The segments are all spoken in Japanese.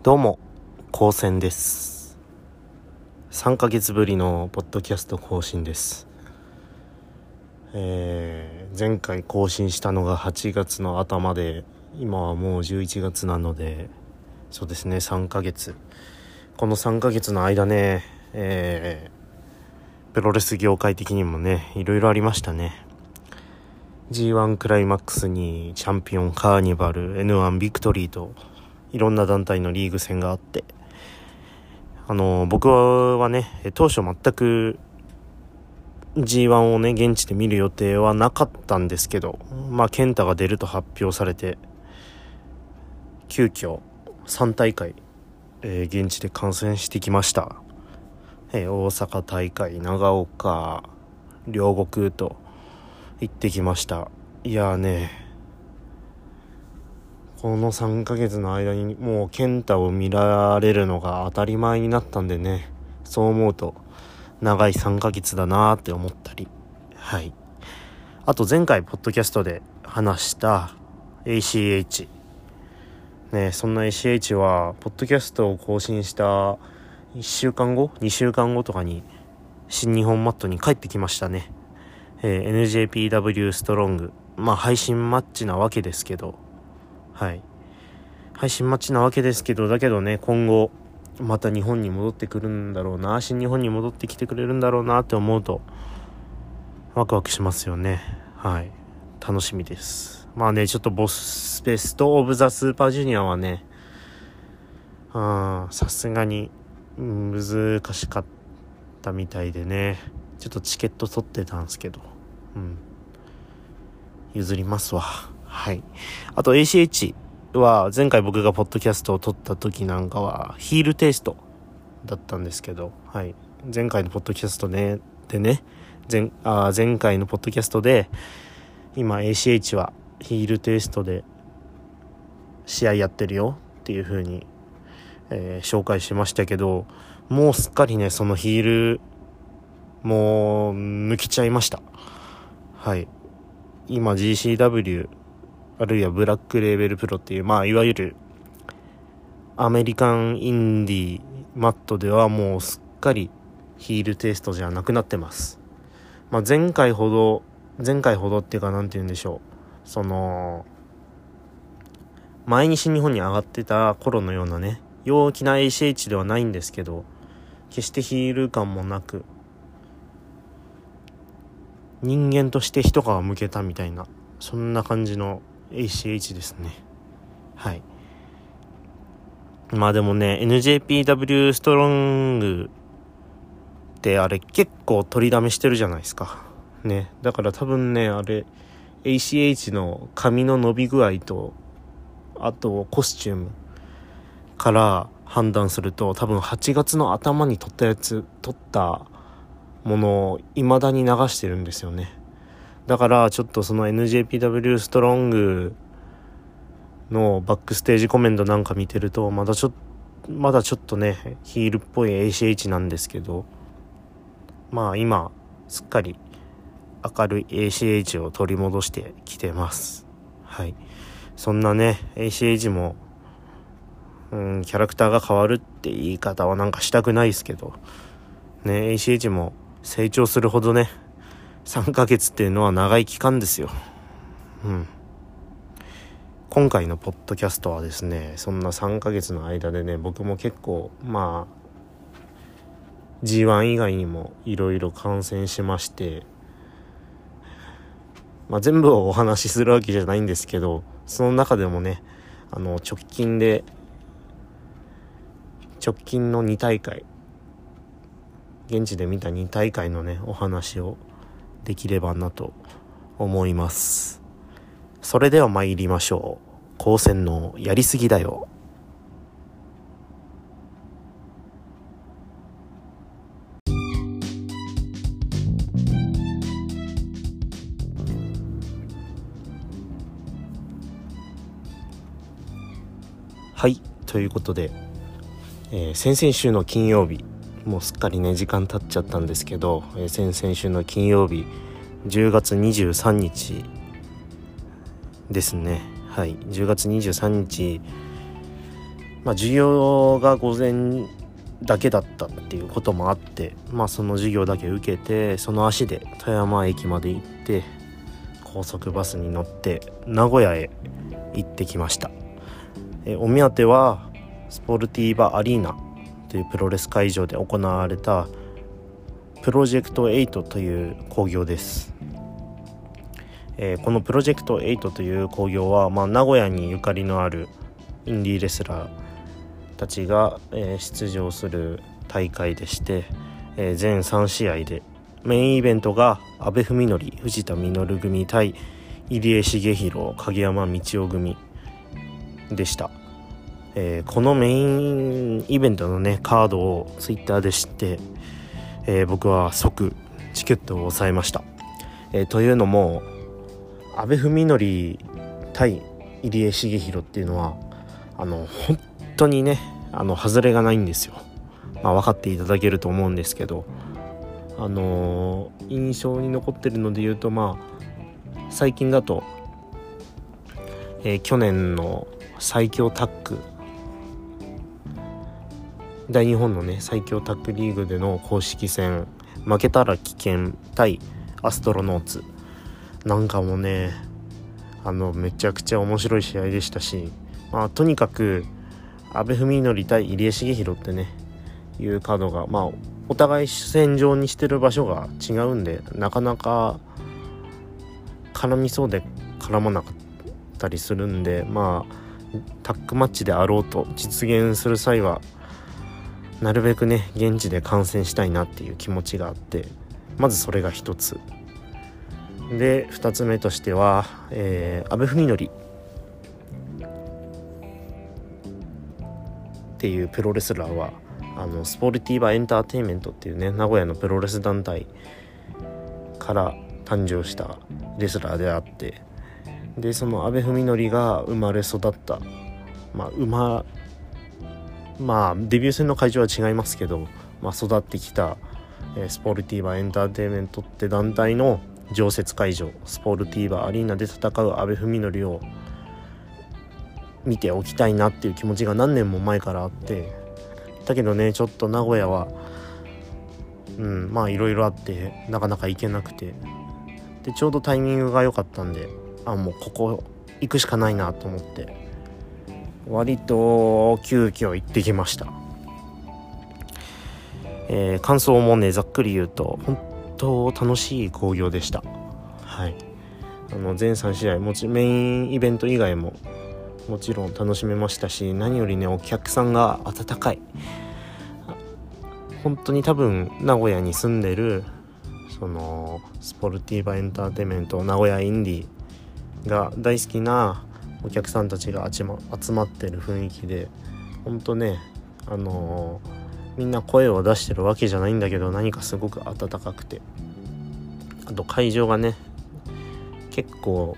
どうも、高専です。3ヶ月ぶりのポッドキャスト更新です。前回更新したのが8月の頭で、今はもう11月なので、そうですね、3ヶ月。この3ヶ月の間ね、プロレス業界的にもね、いろいろありましたね。G1 クライマックスにチャンピオンカーニバル、N1 ビクトリーといろんな団体のリーグ戦があって、僕はね、当初全く G1 をね、現地で見る予定はなかったんですけど、ケンタが出ると発表されて、急遽3大会、現地で観戦してきました。大阪大会、長岡、両国と行ってきました。いやーね、この3ヶ月の間にもうケンタを見られるのが当たり前になったんでね、そう思うと長い3ヶ月だなーって思ったり、はい。あと前回ポッドキャストで話した ACH ね、そんな ACH はポッドキャストを更新した1週間後2週間後とかに新日本マットに帰ってきましたね。NJPW ストロング、配信マッチなわけですけど、はい、配信マッチなわけですけど、だけどね、今後また日本に戻ってくるんだろうな、新日本に戻ってきてくれるんだろうなって思うとワクワクしますよね。はい、楽しみです。ちょっとベストオブザスーパージュニアはね、さすがに難しかったみたいでね、ちょっとチケット取ってたんですけど、譲りますわ。はい。あと ACH は前回僕がポッドキャストを撮った時なんかはヒールテイストだったんですけど、はい。前回のポッドキャストでね、前回のポッドキャストで今 ACH はヒールテイストで試合やってるよっていう風に、紹介しましたけど、もうすっかりね、そのヒールもう抜きちゃいました。はい。今 GCW あるいはブラックレーベルプロっていう、いわゆるアメリカンインディーマットではもうすっかりヒールテイストじゃなくなってます。前回ほどっていうか、なんて言うんでしょう、その前に新日本に上がってた頃のようなね、陽気な ACH ではないんですけど、決してヒール感もなく、人間として一皮むけたみたいな、そんな感じの ACH ですね。はい。でもね、 NJPW ストロングってあれ結構取りだめしてるじゃないですかね。だから多分ね、あれ ACH の髪の伸び具合と、あとコスチュームから判断すると、多分8月の頭に撮ったものを未だに流してるんですよね。だからちょっとその NJPW ストロングのバックステージコメントなんか見てると、まだちょっとね、ヒールっぽい ACH なんですけど、今すっかり明るい ACH を取り戻してきてます。はい。そんなね ACH もキャラクターが変わるって言い方はなんかしたくないですけどね、 ACH も成長するほどね、3ヶ月っていうのは長い期間ですよ。今回のポッドキャストはですね、そんな3ヶ月の間でね、僕も結構G1 以外にもいろいろ観戦しまして、全部をお話しするわけじゃないんですけど、その中でもね、直近の2大会、現地で見た2大会のね、お話をできればなと思います。それでは参りましょう。高専のやりすぎだよ。はい、ということで、先々週の金曜日、もうすっかりね時間経っちゃったんですけど、先々週の金曜日10月23日ですね。はい、10月23日授業が午前だけだったっていうこともあって、その授業だけ受けて、その足で富山駅まで行って高速バスに乗って名古屋へ行ってきました。お目当てはスポルティーバアリーナというプロレス会場で行われたプロジェクト8という興行です。このプロジェクト8という興行は、名古屋にゆかりのあるインディーレスラーたちが、出場する大会でして、全3試合でメインイベントが阿部文則、藤田実組対入江茂弘、影山道夫組でした。このメインイベントのねカードをツイッターで知って、僕は即チケットを押さえました。というのも阿部文則対入江茂弘っていうのは本当にね外れがないんですよ。分かっていただけると思うんですけど、印象に残ってるので言うと、最近だと、去年の最強タッグ大日本のね最強タッグリーグでの公式戦、負けたら危険対アストロノーツなんかもねめちゃくちゃ面白い試合でしたし、とにかく阿部文則対入江茂弘ってねいうカードがお互い主戦場にしてる場所が違うんで、なかなか絡みそうで絡まなかったりするんで、タッグマッチであろうと実現する際はなるべくね現地で観戦したいなっていう気持ちがあって、まずそれが一つで、2つ目としては、阿部文則っていうプロレスラーはスポルティーバエンターテインメントっていうね名古屋のプロレス団体から誕生したレスラーであって、でその阿部文則が生まれ育ったデビュー戦の会場は違いますけど、育ってきた、スポルティーバエンターテインメントって団体の常設会場スポルティーバアリーナで戦う阿部文則を見ておきたいなっていう気持ちが何年も前からあって、だけどねちょっと名古屋はいろいろあってなかなか行けなくて、でちょうどタイミングが良かったんでもうここ行くしかないなと思って割と急遽行ってきました。感想もねざっくり言うと本当楽しい興行でした。全3試合メインイベント以外ももちろん楽しめましたし、何よりねお客さんが温かい。本当に多分名古屋に住んでるそのスポルティーバエンターテインメント名古屋インディが大好きなお客さんたちが集まってる雰囲気で、本当ねみんな声を出してるわけじゃないんだけど何かすごく温かくて、あと会場がね結構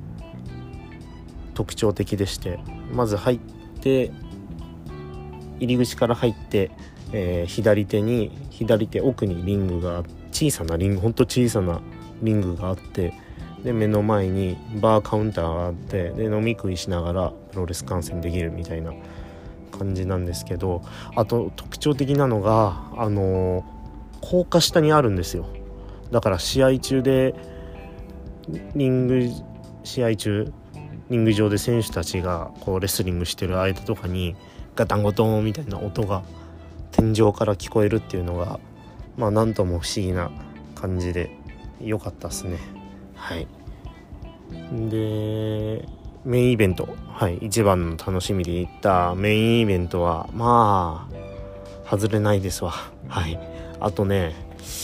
特徴的でして、まず入って入り口から入って、左手奥にリングが小さなリングがあって、で目の前にバーカウンターがあって、で飲み食いしながらプロレス観戦できるみたいな感じなんですけど、あと特徴的なのが高架下にあるんですよ。だから試合中でリング上で選手たちがこうレスリングしてる間とかにガタンゴトンみたいな音が天井から聞こえるっていうのがなんとも不思議な感じで良かったですね。でメインイベント、一番の楽しみで行ったメインイベントは外れないですわ。あとね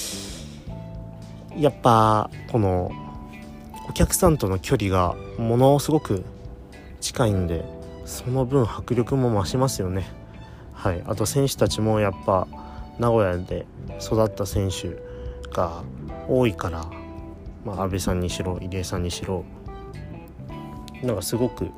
やっぱこのお客さんとの距離がものすごく近いんで、その分迫力も増しますよね。あと選手たちもやっぱ名古屋で育った選手が多いから、阿部さんにしろ入江さんにしろなんかすごく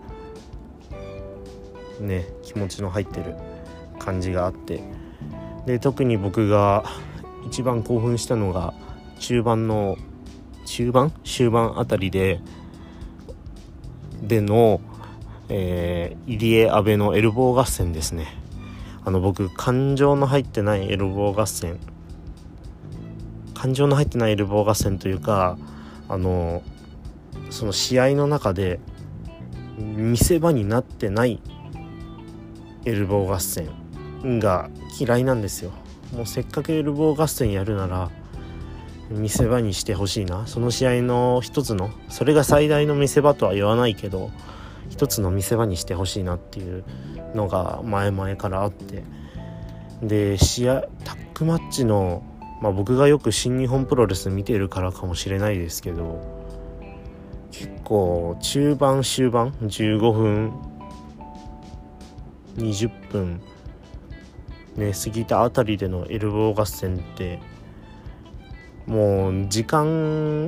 ね気持ちの入ってる感じがあって、で特に僕が一番興奮したのが終盤あたりでの、 入江阿部のエルボー合戦ですね。僕感情の入ってないエルボー合戦というか、その試合の中で見せ場になってないエルボー合戦が嫌いなんですよ。もうせっかくエルボー合戦やるなら見せ場にしてほしいな。その試合の一つの、それが最大の見せ場とは言わないけど、一つの見せ場にしてほしいなっていうのが前々からあって、でタッグマッチの、僕がよく新日本プロレス見てるからかもしれないですけど、結構中盤終盤15分20分ね過ぎたあたりでのエルボー合戦ってもう時間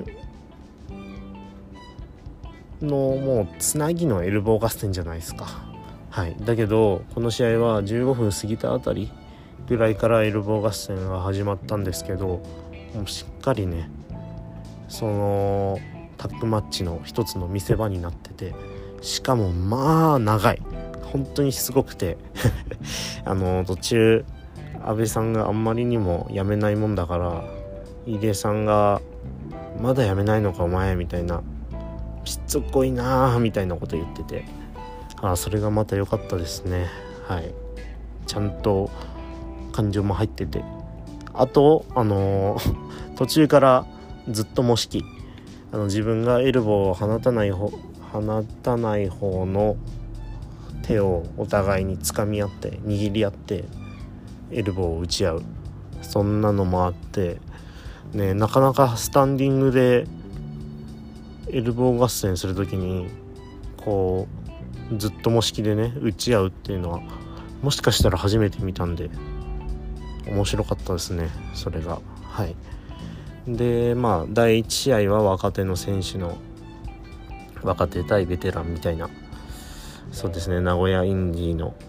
のもうつなぎのエルボー合戦じゃないですか。はい。だけどこの試合は15分過ぎたあたりぐらいからエルボー合戦が始まったんですけど、もうしっかりねそのタッグマッチの一つの見せ場になってて、しかも長い、本当にすごくて途中安倍さんがあんまりにもやめないもんだから、入江さんがまだやめないのかお前みたいな、しつこいなみたいなこと言ってて、それがまた良かったですね。はい。ちゃんと感情も入ってて、あと途中からずっと模式、自分がエルボーを放たない方の手をお互いに掴み合って握り合ってエルボーを打ち合う、そんなのもあってね、なかなかスタンディングでエルボー合戦するときにこうずっと模式でね打ち合うっていうのはもしかしたら初めて見たんで面白かったですね、それが。はい。で第1試合は若手の選手の若手対ベテランみたいな、そうですね、名古屋インディーの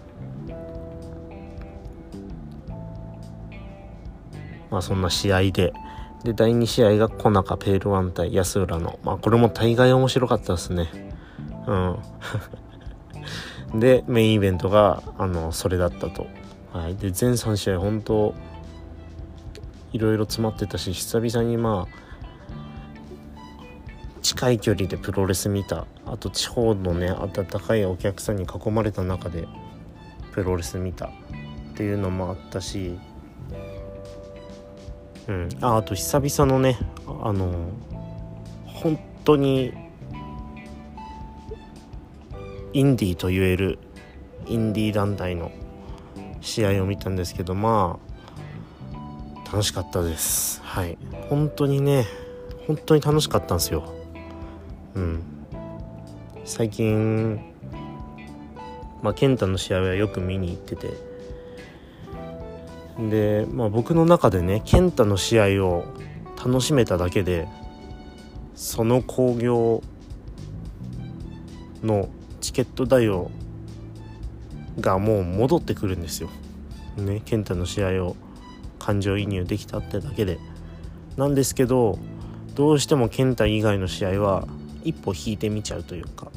そんな試合で第2試合が小中ペールワン対安浦の、これも大概面白かったですね。でメインイベントがそれだったと。はい。で全3試合本当いろいろ詰まってたし、久々に近い距離でプロレス見た、あと地方のね温かいお客さんに囲まれた中でプロレス見たっていうのもあったし、あと久々のね本当にインディーと言えるインディー団体の試合を見たんですけど、楽しかったです。はい。本当に楽しかったんですよ。最近健太の試合はよく見に行ってて、で僕の中でね健太の試合を楽しめただけでその興行のチケット代がもう戻ってくるんですよね。健太の試合を感情移入できたってだけでなんですけど、どうしても健太以外の試合は一歩引いてみちゃうというか、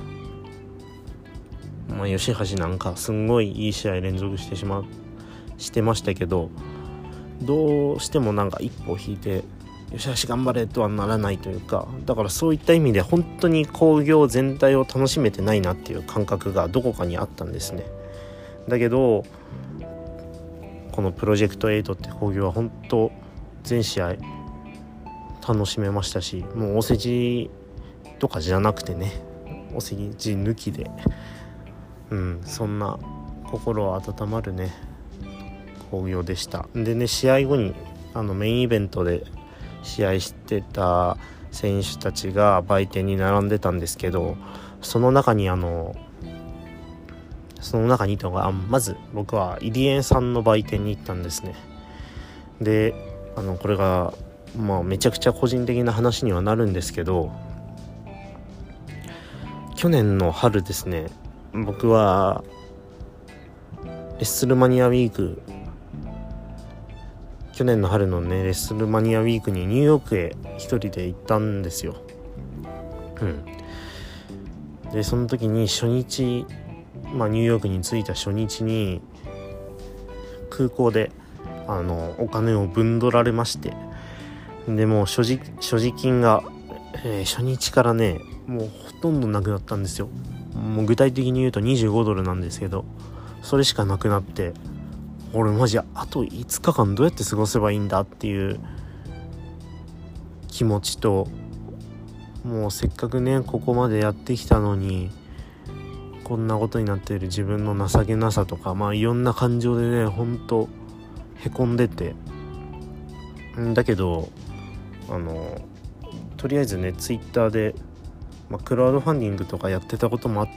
吉橋なんかすんごいいい試合連続してましたけど、どうしても一歩引いて吉橋頑張れとはならないというか、だからそういった意味で本当に興行全体を楽しめてないなっていう感覚がどこかにあったんですね。だけどこのプロジェクト8って興行は本当全試合楽しめましたし、もうお世辞とかじゃなくてね、お世辞抜きでそんな心温まるね興行でした。でね、試合後にメインイベントで試合してた選手たちが売店に並んでたんですけど、その中にとかまず僕は入江さんの売店に行ったんですね。でこれがめちゃくちゃ個人的な話にはなるんですけど、去年の春ですね、僕はレッスルマニアウィーク、去年の春のねレッスルマニアウィークにニューヨークへ一人で行ったんですよ。でその時に初日ニューヨークに着いた初日に空港でお金をぶんどられまして、でもう所持金が、初日からねもうほとんどなくなったんですよ。もう具体的に言うと$25なんですけど、それしかなくなって、俺マジあと5日間どうやって過ごせばいいんだっていう気持ちと、もうせっかくねここまでやってきたのにこんなことになっている自分の情けなさとか、いろんな感情でねほんとへこんでて、だけどとりあえずねツイッターで、クラウドファンディングとかやってたこともあって、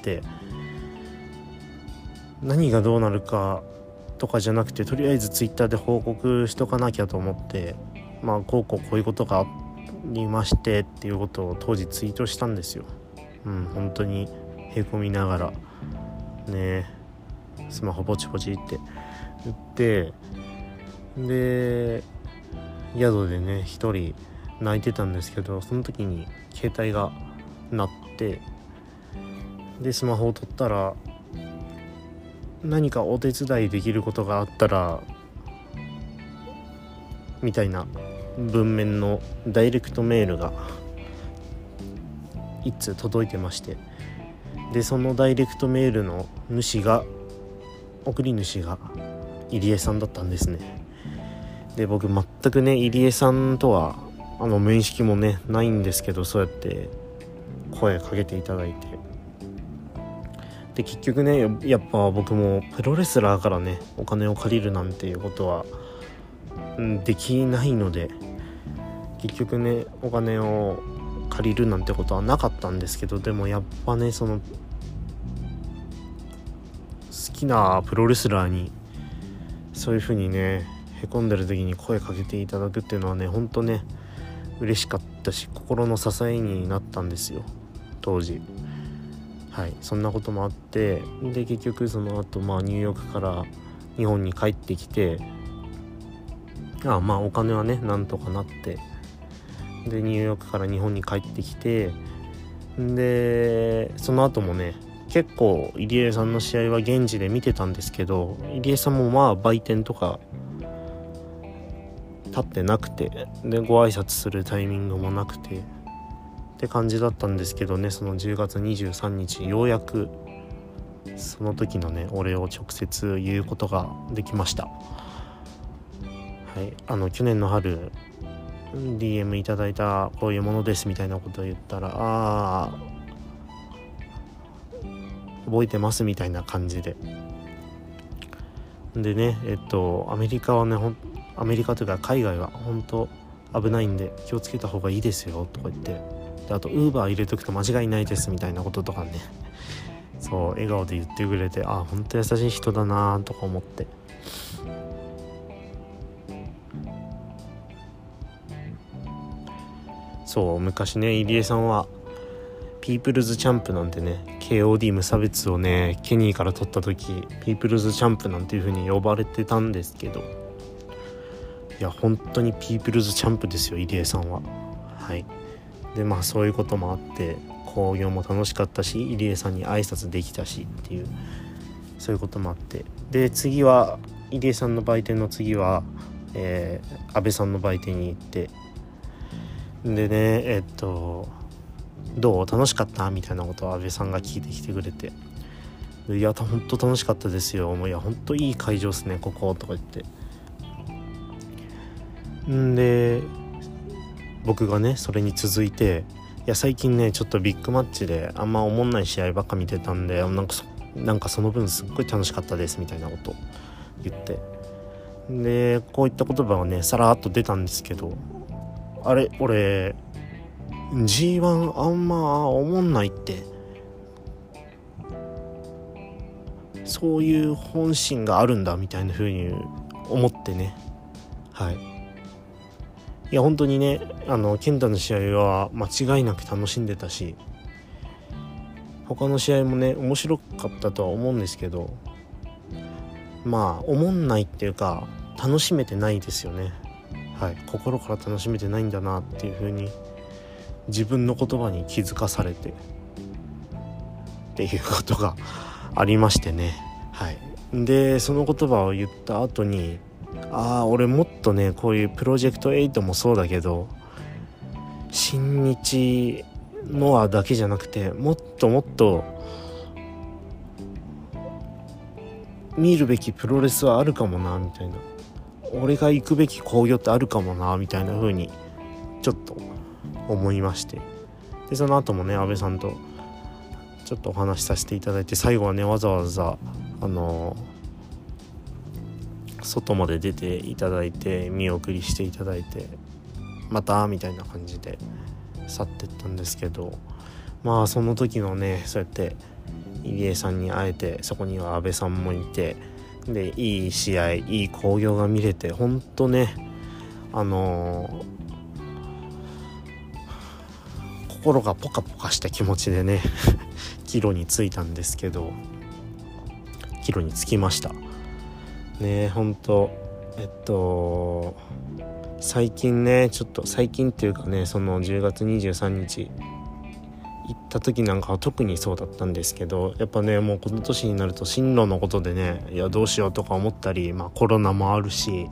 何がどうなるかとかじゃなくて、とりあえずツイッターで報告しとかなきゃと思って、こういうことがありましてっていうことを当時ツイートしたんですよ。本当にへこみながらね、スマホポチポチって打って、で宿でね一人泣いてたんですけど、その時に携帯が鳴って、でスマホを取ったら、何かお手伝いできることがあったらみたいな文面のダイレクトメールが一通届いてまして、でそのダイレクトメールの送り主が入江さんだったんですね。で僕全くね入江さんとは面識もねないんですけど、そうやって声かけていただいて、で結局ねやっぱ僕もプロレスラーからねお金を借りるなんていうことはできないので、結局ねお金を借りるなんてことはなかったんですけど、でもやっぱねその好きなプロレスラーにそういう風にねへこんでる時に声かけていただくっていうのはねほんとね嬉しかったし、心の支えになったんですよ当時。そんなこともあって、で結局その後ニューヨークから日本に帰ってきて、お金はねなんとかなって、でニューヨークから日本に帰ってきて、でその後もね結構入江さんの試合は現地で見てたんですけど、入江さんも売店とか立ってなくて、でご挨拶するタイミングもなくてって感じだったんですけどね、その10月23日ようやくその時のねお礼を直接言うことができました。去年の春 DM いただいたこういうものですみたいなことを言ったら、覚えてますみたいな感じで、でねアメリカはねアメリカというか海外は本当危ないんで気をつけた方がいいですよとか言って、であと Uber 入れとくと間違いないですみたいなこととかね、そう笑顔で言ってくれて、本当優しい人だなとか思って、そう昔ね入江さんはピープルズチャンプなんてね KOD 無差別をねケニーから取った時ピープルズチャンプなんていう風に呼ばれてたんですけど、いや本当にピープルズチャンプですよ入江さんは。でそういうこともあって興行も楽しかったし、入江さんに挨拶できたしっていう、そういうこともあって、で次は入江さんの売店の次は、安倍さんの売店に行って、でねどう楽しかったみたいなことを安倍さんが聞いてきてくれて、いや本当楽しかったですよ、いや本当いい会場ですねこことか言って、で僕がねそれに続いて、いや最近ねちょっとビッグマッチであんま思んない試合ばっか見てたんで、なんかその分すっごい楽しかったですみたいなこと言って、でこういった言葉がねさらっと出たんですけど、俺 G1 あんま思んないって、そういう本心があるんだみたいな風に思ってね、いや本当にね健太の試合は間違いなく楽しんでたし、他の試合もね面白かったとは思うんですけど、思んないっていうか楽しめてないですよね。心から楽しめてないんだなっていう風に自分の言葉に気づかされてっていうことがありましてね。はい。でその言葉を言った後に、俺もっとねこういうプロジェクト8もそうだけど、新日ノアだけじゃなくてもっともっと見るべきプロレスはあるかもなみたいな、俺が行くべき興行ってあるかもなみたいな風にちょっと思いまして、でその後もね安倍さんとちょっとお話しさせていただいて、最後はねわざわざ外まで出ていただいて見送りしていただいて、またみたいな感じで去ってったんですけど、まあその時のねそうやって入江さんに会えて、そこには安倍さんもいて、でいい試合いい興行が見れて、ほんとね心がポカポカした気持ちでね帰路に着いたんですけど、帰路に着きましたね。ほんと最近ね、ちょっと最近っていうかね、その10月23日行った時なんかは特にそうだったんですけど、やっぱねもうこの年になると進路のことでね、いやどうしようとか思ったり、コロナもあるし、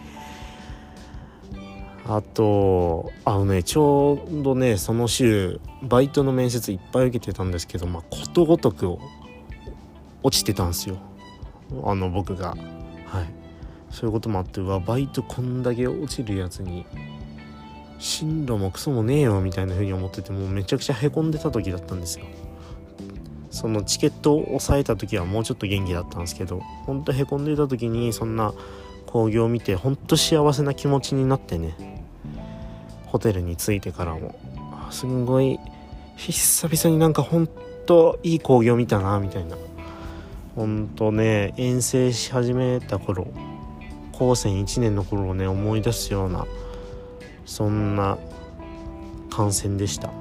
あとちょうどねその週バイトの面接いっぱい受けてたんですけど、ことごとく落ちてたんですよ、僕が。はい、そういうこともあって、バイトこんだけ落ちるやつに進路もクソもねえよみたいな風に思ってて、もうめちゃくちゃへこんでた時だったんですよ。そのチケットを抑えた時はもうちょっと元気だったんですけど、ほんとへこんでた時にそんな興行を見てほんと幸せな気持ちになってね、ホテルに着いてからもすんごい久々になんかほんといい興行見たなみたいな、ほんとね遠征し始めた頃、高専1年の頃をね思い出すようなそんな観戦でした。はい。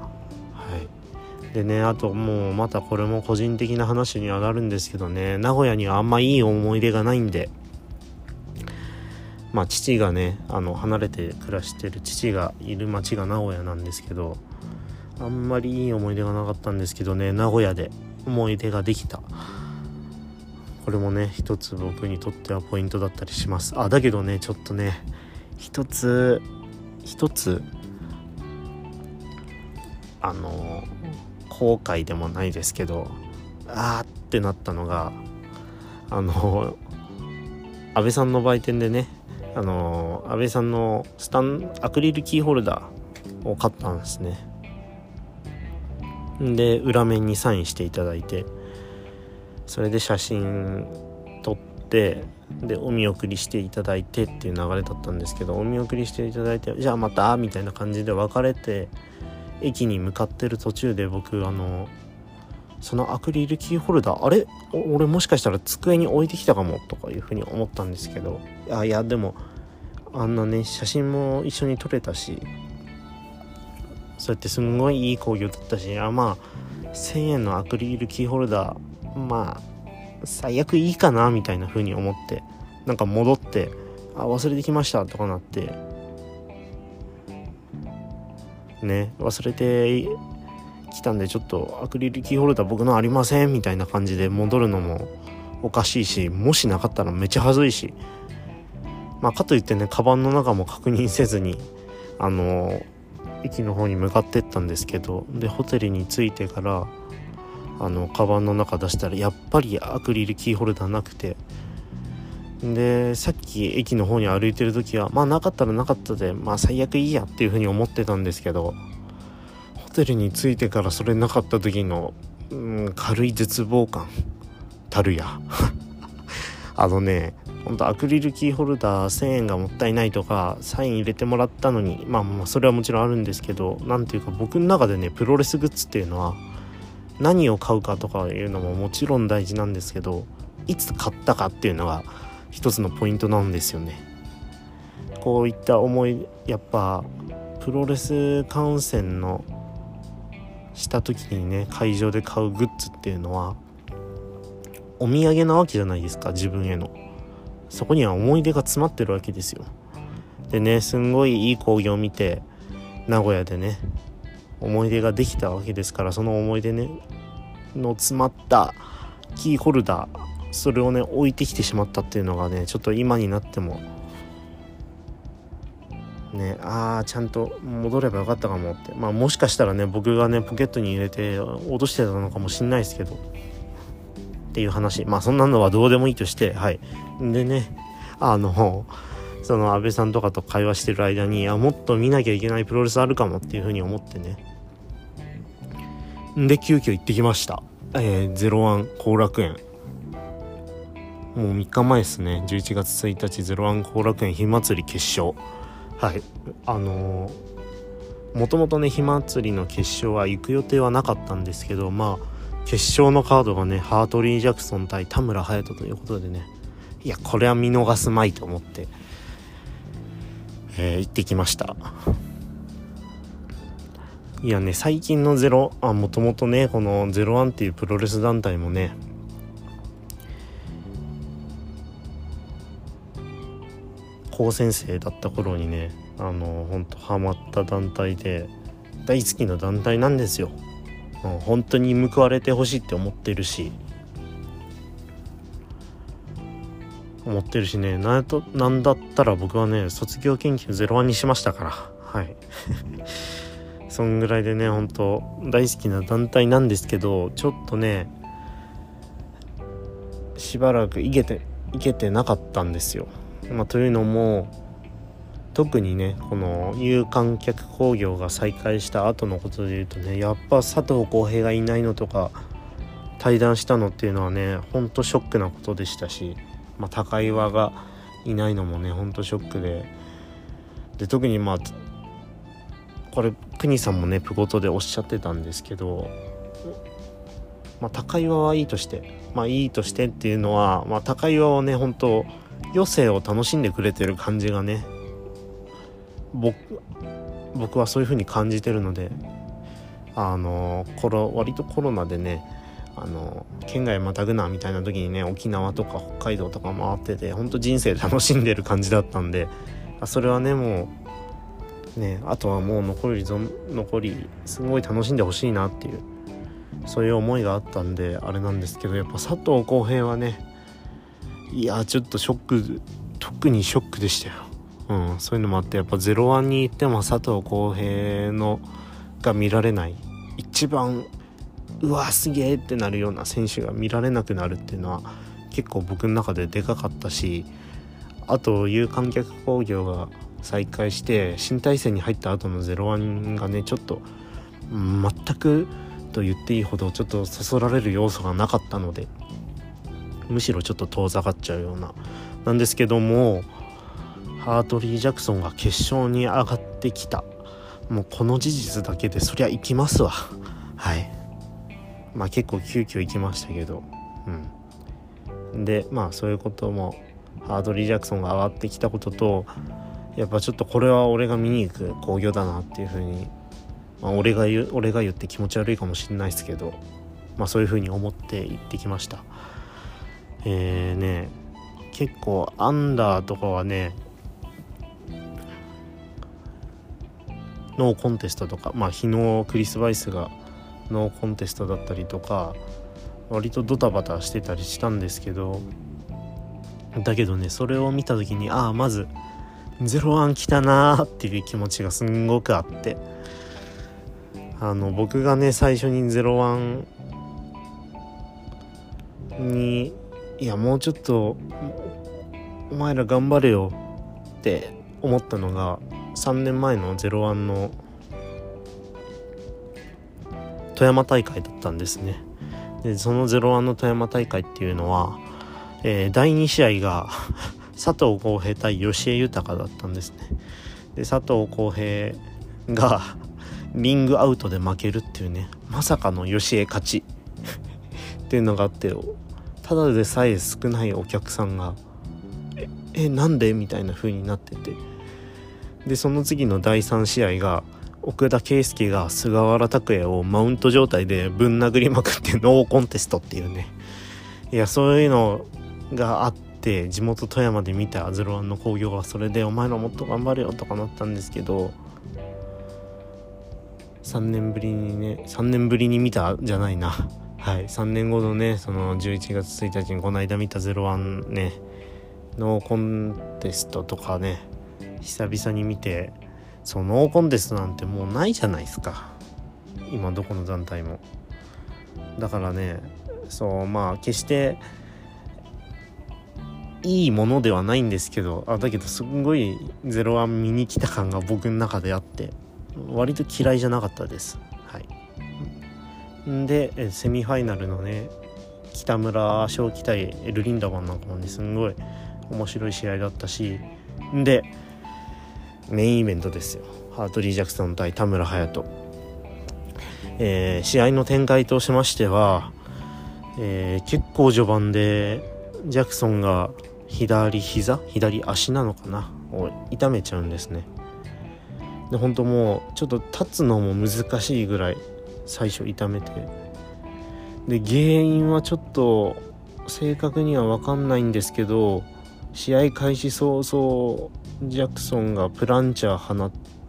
でね、あともうまたこれも個人的な話にはなるんですけどね、名古屋にはあんまいい思い出がないんで、父がね離れて暮らしてる父がいる町が名古屋なんですけど、あんまりいい思い出がなかったんですけどね、名古屋で思い出ができた。これもね一つ僕にとってはポイントだったりします。だけどねちょっとね一つ後悔でもないですけどってなったのが、安倍さんの売店でね安倍さんのアクリルキーホルダーを買ったんですね。で裏面にサインしていただいて、それで写真撮ってでお見送りしていただいてっていう流れだったんですけど、お見送りしていただいてじゃあまたみたいな感じで別れて駅に向かってる途中で、僕そのアクリルキーホルダー俺もしかしたら机に置いてきたかもとかいうふうに思ったんですけど、いやでもあんなね写真も一緒に撮れたし、そうやってすんごいいい興行だったし、1000円のアクリルキーホルダー最悪いいかなみたいな風に思って、なんか戻って忘れてきましたとかなってね、忘れてきたんでちょっとアクリルキーホルダー僕のありませんみたいな感じで戻るのもおかしいし、もしなかったらめっちゃ恥ずいし、かといってねカバンの中も確認せずに駅の方に向かってったんですけど、でホテルに着いてからカバンの中出したらやっぱりアクリルキーホルダーなくて、でさっき駅の方に歩いてる時はなかったらなかったで最悪いいやっていう風に思ってたんですけど、ホテルに着いてからそれなかった時の軽い絶望感たるや本当アクリルキーホルダー1000円がもったいないとかサイン入れてもらったのにそれはもちろんあるんですけど、なんていうか僕の中でねプロレスグッズっていうのは何を買うかとかいうのももちろん大事なんですけど、いつ買ったかっていうのが一つのポイントなんですよね。こういった思い、やっぱプロレス観戦のした時にね会場で買うグッズっていうのはお土産なわけじゃないですか、自分への。そこには思い出が詰まってるわけですよ。でねすんごいいい興行を見て名古屋でね思い出ができたわけですから、その思い出ねの詰まったキーホルダー、それをね置いてきてしまったっていうのがね、ちょっと今になってもね、ちゃんと戻ればよかったかもって、もしかしたらね僕がねポケットに入れて落としてたのかもしんないですけどっていう話、そんなのはどうでもいいとして、はい。でね、その安倍さんとかと会話してる間に、もっと見なきゃいけないプロレスあるかもっていう風に思ってね、で急遽行ってきました。01後楽園、もう3日前ですね。11月1日01後楽園火祭り決勝、はい。もともとね火祭りの決勝は行く予定はなかったんですけど、決勝のカードがねハートリー・ジャクソン対田村隼人ということでね、いやこれは見逃すまいと思って、行ってきました。いやね、最近のもともとねこの01っていうプロレス団体もね、高専生だった頃にねほんとハマった団体で大好きな団体なんですよ。本当に報われてほしいって思ってるしね、なんだったら僕はね卒業研究01にしましたから、はいそんぐらいでね本当大好きな団体なんですけど、ちょっとねしばらく行けてなかったんですよ。というのも特にねこの有観客興行が再開した後のことで言うとね、やっぱ佐藤浩平がいないのとか対談したのっていうのはねほんとショックなことでしたし、高岩がいないのもねほんとショックで特にこれ国さんもねプゴトでおっしゃってたんですけど、高岩はいいとして、いいとしてっていうのは、高岩はね本当余生を楽しんでくれてる感じがね、僕はそういう風に感じてるので、割とコロナでね県外またぐなみたいな時にね沖縄とか北海道とか回ってて本当人生楽しんでる感じだったんで、それはねもうねあとはもう残りすごい楽しんでほしいなっていうそういう思いがあったんであれなんですけど、やっぱ佐藤浩平はねいやちょっと特にショックでしたよ。そういうのもあって、やっぱ01に行っても佐藤浩平のが見られない、一番うわすげえってなるような選手が見られなくなるっていうのは結構僕の中ででかかったし、あと有観客興行が再開して新体制に入った後の01がねちょっと全くと言っていいほどちょっとそそられる要素がなかったので、むしろちょっと遠ざかっちゃうようなんですけども、ハートリー・ジャクソンが決勝に上がってきた、もうこの事実だけでそりゃ行きますわ。はい。結構急遽行きましたけど、でそういうこともハートリー・ジャクソンが上がってきたことと、やっぱちょっとこれは俺が見に行く興行だなっていう風に、俺が言って気持ち悪いかもしれないですけど、そういう風に思って行ってきました。結構アンダーとかはねノーコンテストとか、昨日クリス・バイスがノーコンテストだったりとか割とドタバタしてたりしたんですけど、だけどねそれを見た時にまず01来たなーっていう気持ちがすんごくあって、僕がね最初に01にいやもうちょっとお前ら頑張れよって思ったのが3年前の01の富山大会だったんですね。でその01の富山大会っていうのは、第2試合が佐藤浩平対吉江豊だったんですね。で佐藤浩平がリングアウトで負けるっていうね、まさかの吉江勝ちっていうのがあって、ただでさえ少ないお客さんがなんでみたいな風になってて、でその次の第3試合が奥田圭佑が菅原拓也をマウント状態でぶん殴りまくってノーコンテストっていうね、いやそういうのがあって、地元富山で見た01の興行はそれでお前らもっと頑張れよとかなったんですけど、3年ぶりに見たじゃないなはい、3年後のね、その11月1日にこの間見た01ねノーコンテストとかね、久々に見て、そのノーコンテストなんてもうないじゃないですか、今どこの団体も。だからね、そうまあ決していいものではないんですけど、だけどすんごい01見に来た感が僕の中であって、割と嫌いじゃなかったです。はい。でセミファイナルのね、北村翔輝対エルリンダマンなんかもね、すんごい面白い試合だったし、でメインイベントですよ、ハートリー・ジャクソン対田村隼人。試合の展開としましては、結構序盤でジャクソンが左足なのかなを痛めちゃうんですね。で本当もうちょっと立つのも難しいぐらい最初痛めて、で原因はちょっと正確には分かんないんですけど、試合開始早々ジャクソンがプランチャー放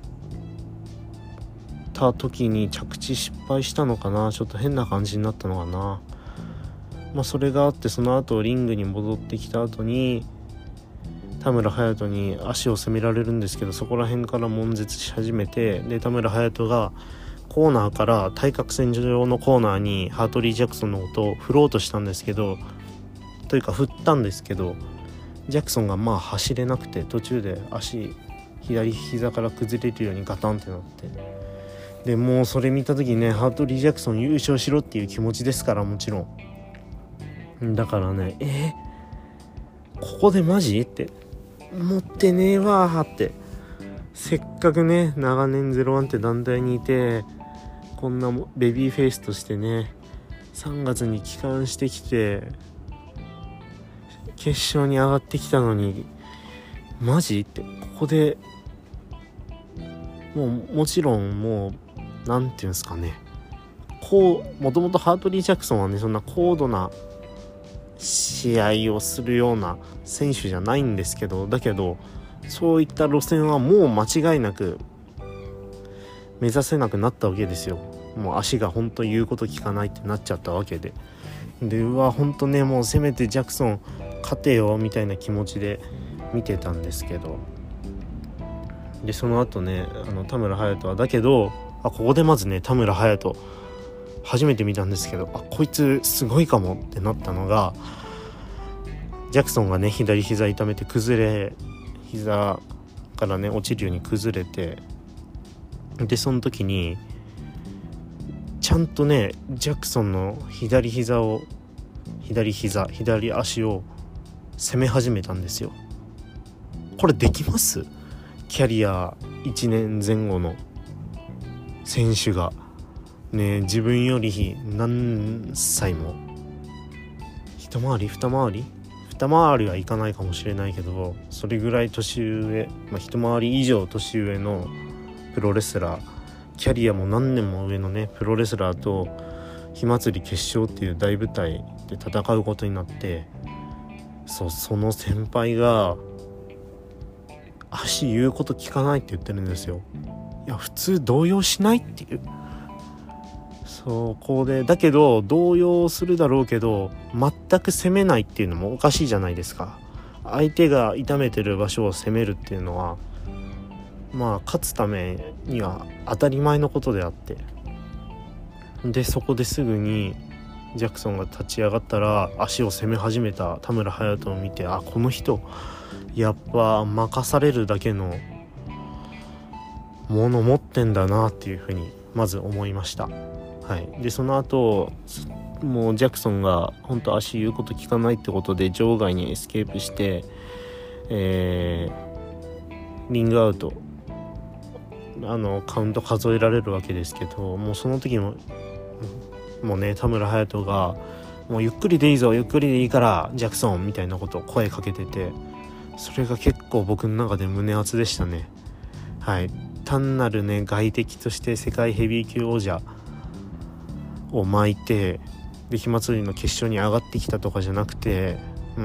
った時に着地失敗したのかな、ちょっと変な感じになったのかな。それがあって、その後リングに戻ってきた後に田村隼人に足を攻められるんですけど、そこら辺から悶絶し始めて、で田村隼人がコーナーから対角線上のコーナーにハートリー・ジャクソンのことを振ろうとしたんですけど、というか振ったんですけど、ジャクソンが走れなくて、途中で左膝から崩れるようにガタンってなって、でもうそれ見た時ね、ハートリー・ジャクソン優勝しろっていう気持ちですから、もちろんだからね、ここでマジって持ってねえわーって、せっかくね長年01って団体にいて、こんなベビーフェイスとしてね3月に帰還してきて決勝に上がってきたのに、マジってここでもちろんもうなんていうんですかね、もともとハートリー・ジャクソンはね、そんな高度な試合をするような選手じゃないんですけど、だけどそういった路線はもう間違いなく目指せなくなったわけですよ。もう足が本当言うこと聞かないってなっちゃったわけで、本当ね、もうせめてジャクソン勝てよみたいな気持ちで見てたんですけど、でその後ね、田村隼人はだけど、ここでまずね、田村隼人初めて見たんですけど、こいつすごいかもってなったのが、ジャクソンがね左膝痛めて膝からね落ちるように崩れて、でその時にちゃんとねジャクソンの左足を攻め始めたんですよ。これできます？キャリア1年前後の選手がね、自分より何歳も一回りはいかないかもしれないけど、それぐらい年上、一回り以上年上のプロレスラー、キャリアも何年も上のねプロレスラーと火祭り決勝っていう大舞台で戦うことになって、その先輩が足言うこと聞かないって言ってるんですよ。いや普通動揺しないっていう、そこでだけど動揺するだろうけど全く攻めないっていうのもおかしいじゃないですか。相手が痛めてる場所を攻めるっていうのは勝つためには当たり前のことであって、でそこですぐにジャクソンが立ち上がったら足を攻め始めた田村隼人を見て、この人やっぱ任されるだけのもの持ってんだなっていうふうにまず思いました。でその後もうジャクソンが本当足言うこと聞かないってことで場外にエスケープして、リングアウトカウント数えられるわけですけど、もうその時もうね田村隼人がもうゆっくりでいいぞ、ゆっくりでいいからジャクソンみたいなことを声かけてて、それが結構僕の中で胸熱でしたね。単なるね外敵として世界ヘビー級王者を巻いて、で火祭りの決勝に上がってきたとかじゃなくて、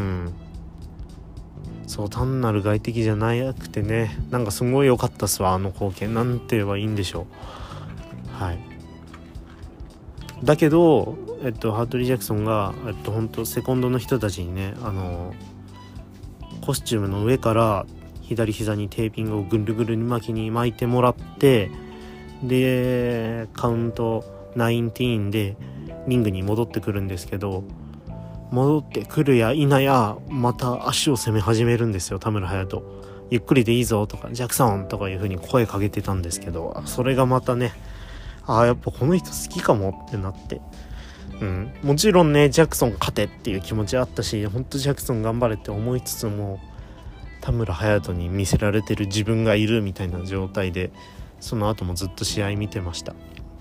そう単なる外敵じゃなくてね、なんかすごい良かったっすわ、光景なんて言えばいいんでしょう。 だけど、ハートリー・ジャクソンが、本当セコンドの人たちにね、コスチュームの上から左膝にテーピングをぐるぐるに巻いてもらって、でカウント19でリングに戻ってくるんですけど、戻ってくるや否やまた足を攻め始めるんですよ、田村隼人。ゆっくりでいいぞとか、ジャクソンとかいう風に声かけてたんですけど、それがまたね、やっぱこの人好きかもってなって、もちろんねジャクソン勝てっていう気持ちあったし、本当ジャクソン頑張れって思いつつも、田村隼人に見せられてる自分がいるみたいな状態で、その後もずっと試合見てました。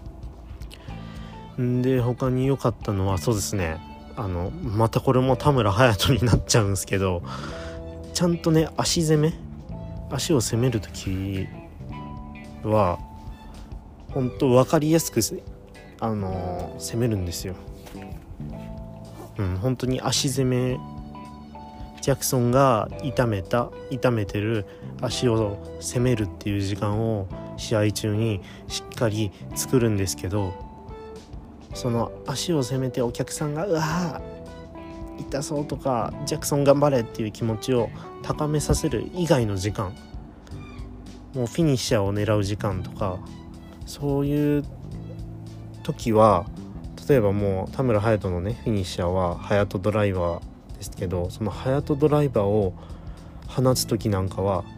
で他に良かったのは、そうですね、またこれも田村隼人になっちゃうんですけど、ちゃんとね足を攻めるときは本当分かりやすく攻めるんですよ。本当に足攻め、ジャクソンが痛めてる足を攻めるっていう時間を試合中にしっかり作るんですけど、その足を攻めてお客さんがうわー痛そうとか、ジャクソン頑張れっていう気持ちを高めさせる以外の時間、もうフィニッシャーを狙う時間とか、そういう時は、例えばもう田村隼人のねフィニッシャーは隼人ドライバーですけど、その隼人ドライバーを放つ時なんかは、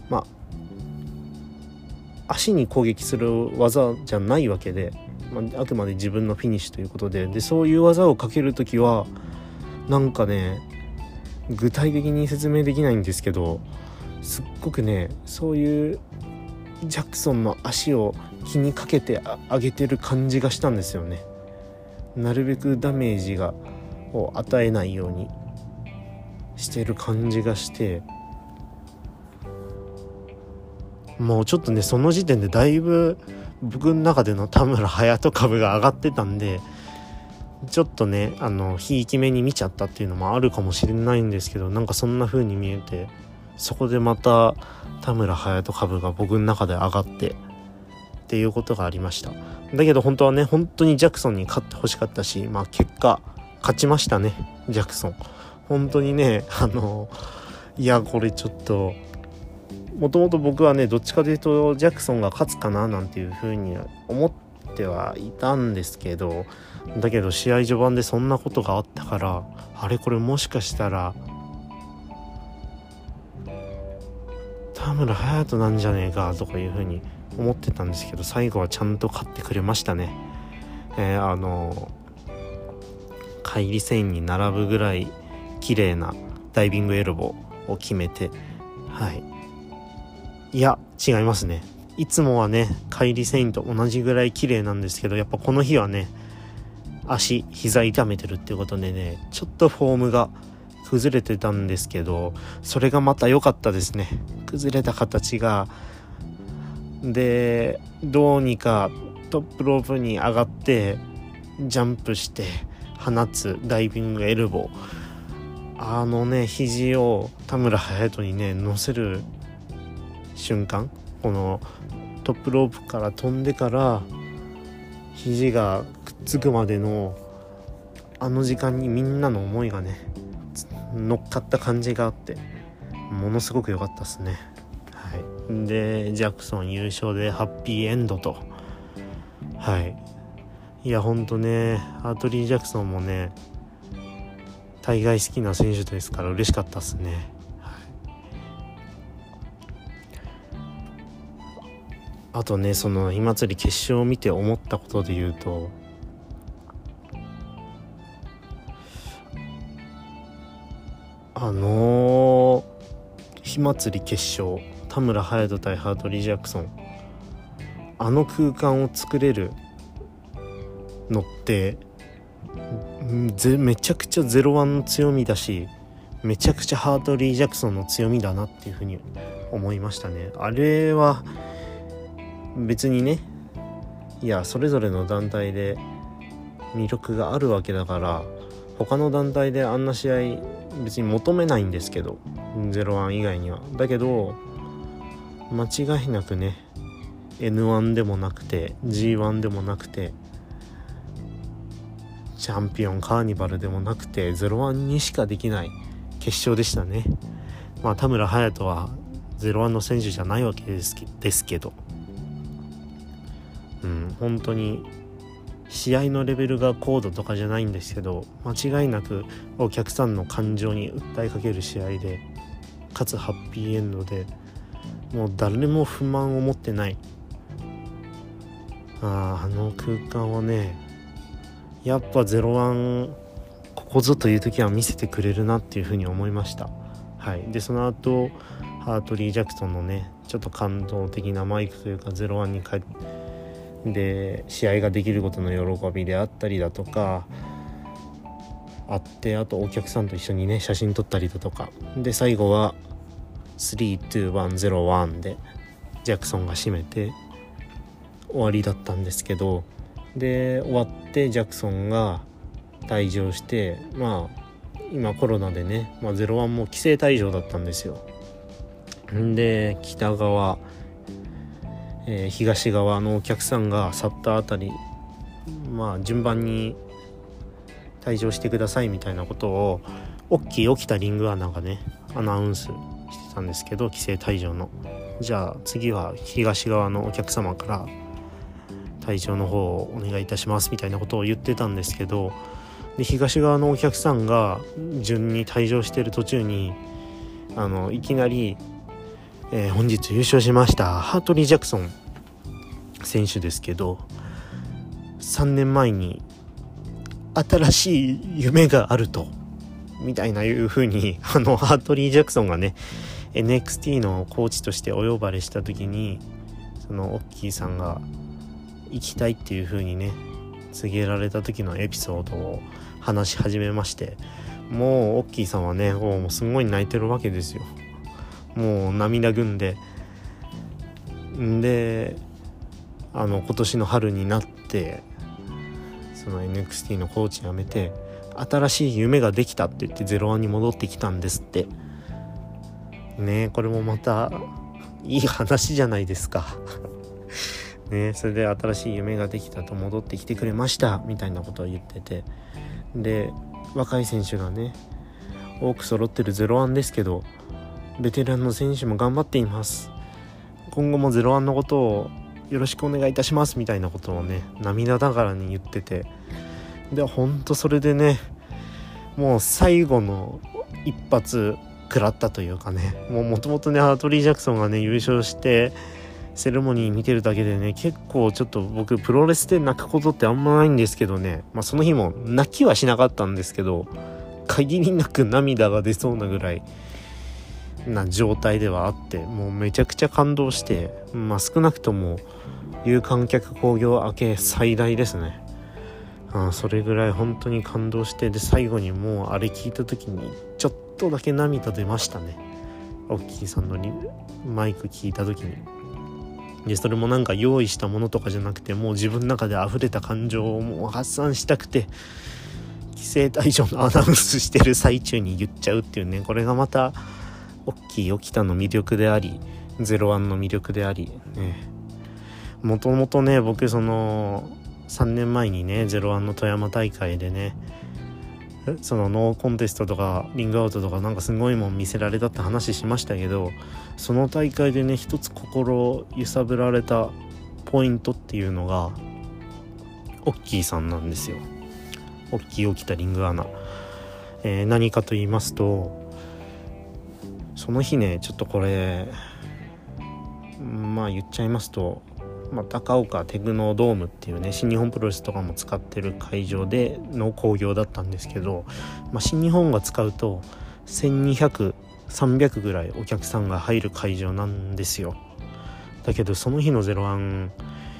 足に攻撃する技じゃないわけで、あくまで自分のフィニッシュということで、そういう技をかけるときはなんかね、具体的に説明できないんですけど、すっごくね、そういうジャクソンの足を気にかけてあげてる感じがしたんですよね。なるべくダメージを与えないようにしてる感じがして、もうちょっとねその時点でだいぶ僕の中での田村隼人株が上がってたんで、ちょっとねひいき目に見ちゃったっていうのもあるかもしれないんですけど、なんかそんな風に見えて、そこでまた田村隼人株が僕の中で上がってっていうことがありました。だけど本当はね、本当にジャクソンに勝ってほしかったし、結果勝ちましたね、ジャクソン。本当にねいやこれちょっと、もともと僕はねどっちかというとジャクソンが勝つかななんていう風に思ってはいたんですけど、だけど試合序盤でそんなことがあったから、あれこれもしかしたら田村隼人なんじゃねえかとかいう風に思ってたんですけど、最後はちゃんと勝ってくれましたね。カイリ・セインに並ぶぐらい綺麗なダイビングエルボーを決めて、いや違いますね。いつもはねカイリ・セインと同じぐらい綺麗なんですけど、やっぱこの日はね膝痛めてるっていうことでね、ちょっとフォームが崩れてたんですけど、それがまた良かったですね。崩れた形がで、どうにかトップロープに上がってジャンプして放つダイビングエルボー、肘を田村隼人にね乗せる瞬間、このトップロープから飛んでから肘がくっつくまでの時間にみんなの思いがね乗っかった感じがあって、ものすごく良かったですね。でジャクソン優勝でハッピーエンドと。いやほんとね、ハートリー・ジャクソンもね大概好きな選手ですから嬉しかったですね。あとね、その火祭り決勝を見て思ったことで言うと、火祭り決勝、田村隼人対ハートリー・ジャクソン、空間を作れるのってめちゃくちゃ01の強みだし、めちゃくちゃハートリー・ジャクソンの強みだなっていうふうに思いましたね。あれは別にね、いやそれぞれの団体で魅力があるわけだから、他の団体であんな試合別に求めないんですけど、01以外には。だけど間違いなくね N1 でもなくて G1 でもなくてチャンピオンカーニバルでもなくて01にしかできない決勝でしたね。田村隼人は01の選手じゃないわけですけど、本当に試合のレベルが高度とかじゃないんですけど、間違いなくお客さんの感情に訴えかける試合で、かつハッピーエンドで、もう誰も不満を持ってない、あの空間はね、やっぱ01ここぞという時は見せてくれるなっていうふうに思いました。でその後ハートリー・ジャクソンのねちょっと感動的なマイクというか01に帰って試合ができることの喜びであったりだとかあって、あとお客さんと一緒にね写真撮ったりだとかで、最後は3-2-1-0-1でジャクソンが締めて終わりだったんですけど、で終わってジャクソンが退場して、今コロナでね、01も規制退場だったんですよ。で北側、東側のお客さんが去ったあたり、順番に退場してくださいみたいなことを起きたリングアナがねアナウンスしてたんですけど、規制退場の、じゃあ次は東側のお客様から退場の方をお願いいたしますみたいなことを言ってたんですけど、で東側のお客さんが順に退場してる途中にいきなり、本日優勝しましたハートリー・ジャクソン選手ですけど、3年前に新しい夢があるとみたいないう風にハートリー・ジャクソンがね NXT のコーチとしてお呼ばれした時に、そのオッキーさんが行きたいっていう風にね告げられた時のエピソードを話し始めまして、もうオッキーさんはねもうすごい泣いてるわけですよ。もう涙ぐんで、今年の春になってその NXT のコーチ辞めて新しい夢ができたって言って01に戻ってきたんですってね。これもまたいい話じゃないですかね。それで新しい夢ができたと戻ってきてくれましたみたいなことを言ってて、で若い選手がね多く揃ってる01ですけど、ベテランの選手も頑張っています、今後も01のことをよろしくお願いいたしますみたいなことをね涙ながらに言ってて、でほんとそれでねもう最後の一発食らったというかね、もともとねハートリー・ジャクソンがね優勝してセレモニー見てるだけでね結構ちょっと僕プロレスで泣くことってあんまないんですけどね、その日も泣きはしなかったんですけど限りなく涙が出そうなぐらいな状態ではあって、もうめちゃくちゃ感動して、少なくとも有観客興行明け最大ですね。それぐらい本当に感動して、で最後にもうあれ聞いた時にちょっとだけ涙出ましたね。オッキーさんのマイク聞いた時に。でそれもなんか用意したものとかじゃなくて、もう自分の中で溢れた感情をもう発散したくて規制退場のアナウンスしてる最中に言っちゃうっていうね、これがまたオッキー沖田の魅力であり01の魅力でありね。もともとね僕その3年前にね01の富山大会でねそのノーコンテストとかリングアウトとかなんかすごいもん見せられたって話しましたけど、その大会でね一つ心揺さぶられたポイントっていうのがオッキーさんなんですよ。オッキー沖田リングアナ、何かと言いますと、その日ねちょっとこれ言っちゃいますと、高岡テクノドームっていうね新日本プロレスとかも使ってる会場での興行だったんですけど、新日本が使うと1200、300ぐらいお客さんが入る会場なんですよ。だけどその日の01、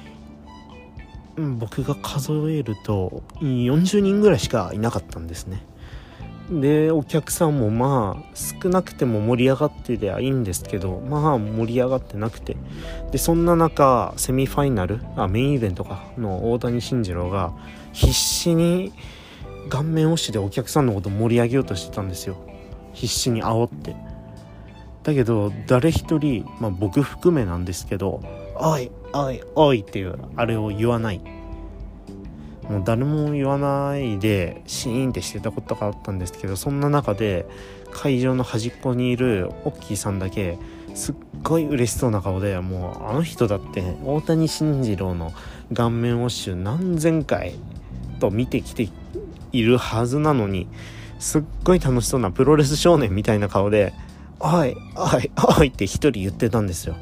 僕が数えると40人ぐらいしかいなかったんですね。でお客さんも少なくても盛り上がってりゃいいんですけど、盛り上がってなくて、でそんな中セミファイナルメインイベントの大谷慎次郎が必死に顔面押しでお客さんのこと盛り上げようとしてたんですよ。必死に煽って。だけど誰一人、僕含めなんですけど、おいおいおいっていうあれを言わない。 もう誰も言わないでシーンってしてたことがあったんですけど、そんな中で会場の端っこにいるオッキーさんだけすっごい嬉しそうな顔で、もうあの人だって大谷慎次郎の顔面ウォッシュ何千回と見てきているはずなのに、すっごい楽しそうなプロレス少年みたいな顔でおいおいおいって一人言ってたんですよ。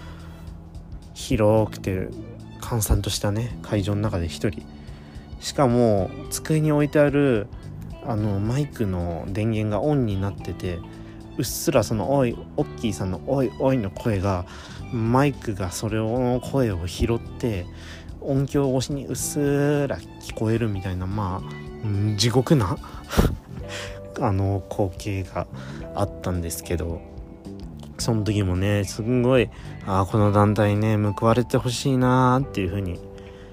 広くて閑散としたね会場の中で一人、しかも机に置いてあるマイクの電源がオンになってて、うっすらそのおいオッキーさんのおいおいの声が、マイクがそれを声を拾って音響越しにうっすら聞こえるみたいな、まあ地獄な光景があったんですけど、その時もねすんごいこの団体ね報われてほしいなっていう風に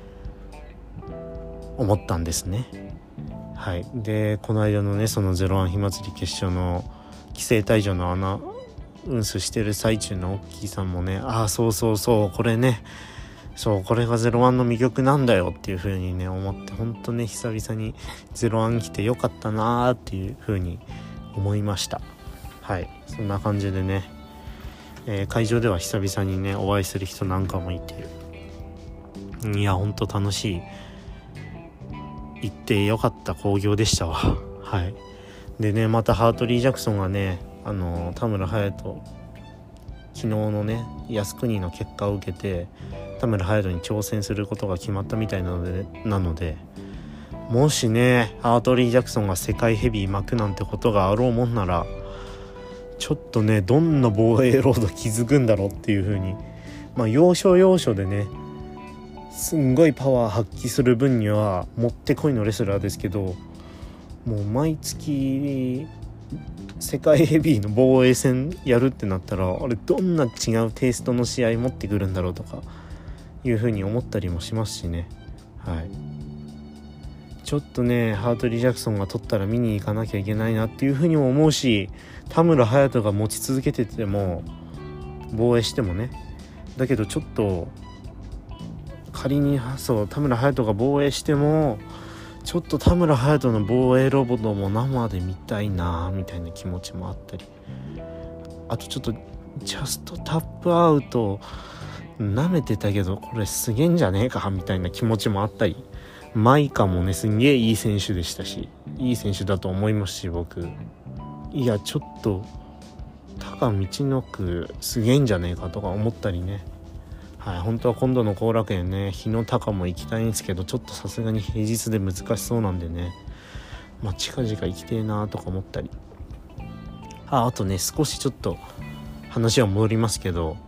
思ったんですね。はい。でこの間のねその01火祭り決勝の規制退場のアナウンスしてる最中のオッキーさんもね、そうこれね、そうこれが01の魅力なんだよっていう風にね思って、本当ね久々に01来てよかったなーっていう風に思いました。はい。そんな感じでね、会場では久々にねお会いする人なんかもいて、いや本当楽しい、行ってよかった興行でしたわ。はい。でね、またハートリー・ジャクソンがね田村隼人、昨日のね靖国の結果を受けて田村隼人に挑戦することが決まったみたいなのでもしねハートリー・ジャクソンが世界ヘビー巻くなんてことがあろうもんなら、ちょっとねどんな防衛ロード築くんだろうっていう風に、要所要所でねすんごいパワー発揮する分にはもってこいのレスラーですけど、もう毎月世界ヘビーの防衛戦やるってなったら、あれどんな違うテイストの試合持ってくるんだろうとかいう風に思ったりもしますしね。はい。ちょっとねハートリー・ジャクソンが取ったら見に行かなきゃいけないなっていう風にも思うし、田村隼人が持ち続けてても防衛してもね、だけどちょっと仮に田村隼人が防衛してもちょっと田村隼人の防衛ロボットも生で見たいなみたいな気持ちもあったり、あとちょっとジャストタップアウト舐めてたけどこれすげえんじゃねえかみたいな気持ちもあったり、マイカもねすんげえいい選手でしたし、いい選手だと思いますし、僕いやちょっと高道のくすげえんじゃねえかとか思ったりね。はい、本当は今度の後楽園ね日の高も行きたいんですけど、ちょっとさすがに平日で難しそうなんでね、近々行きてえなとか思ったり、あとね少しちょっと話は戻りますけど、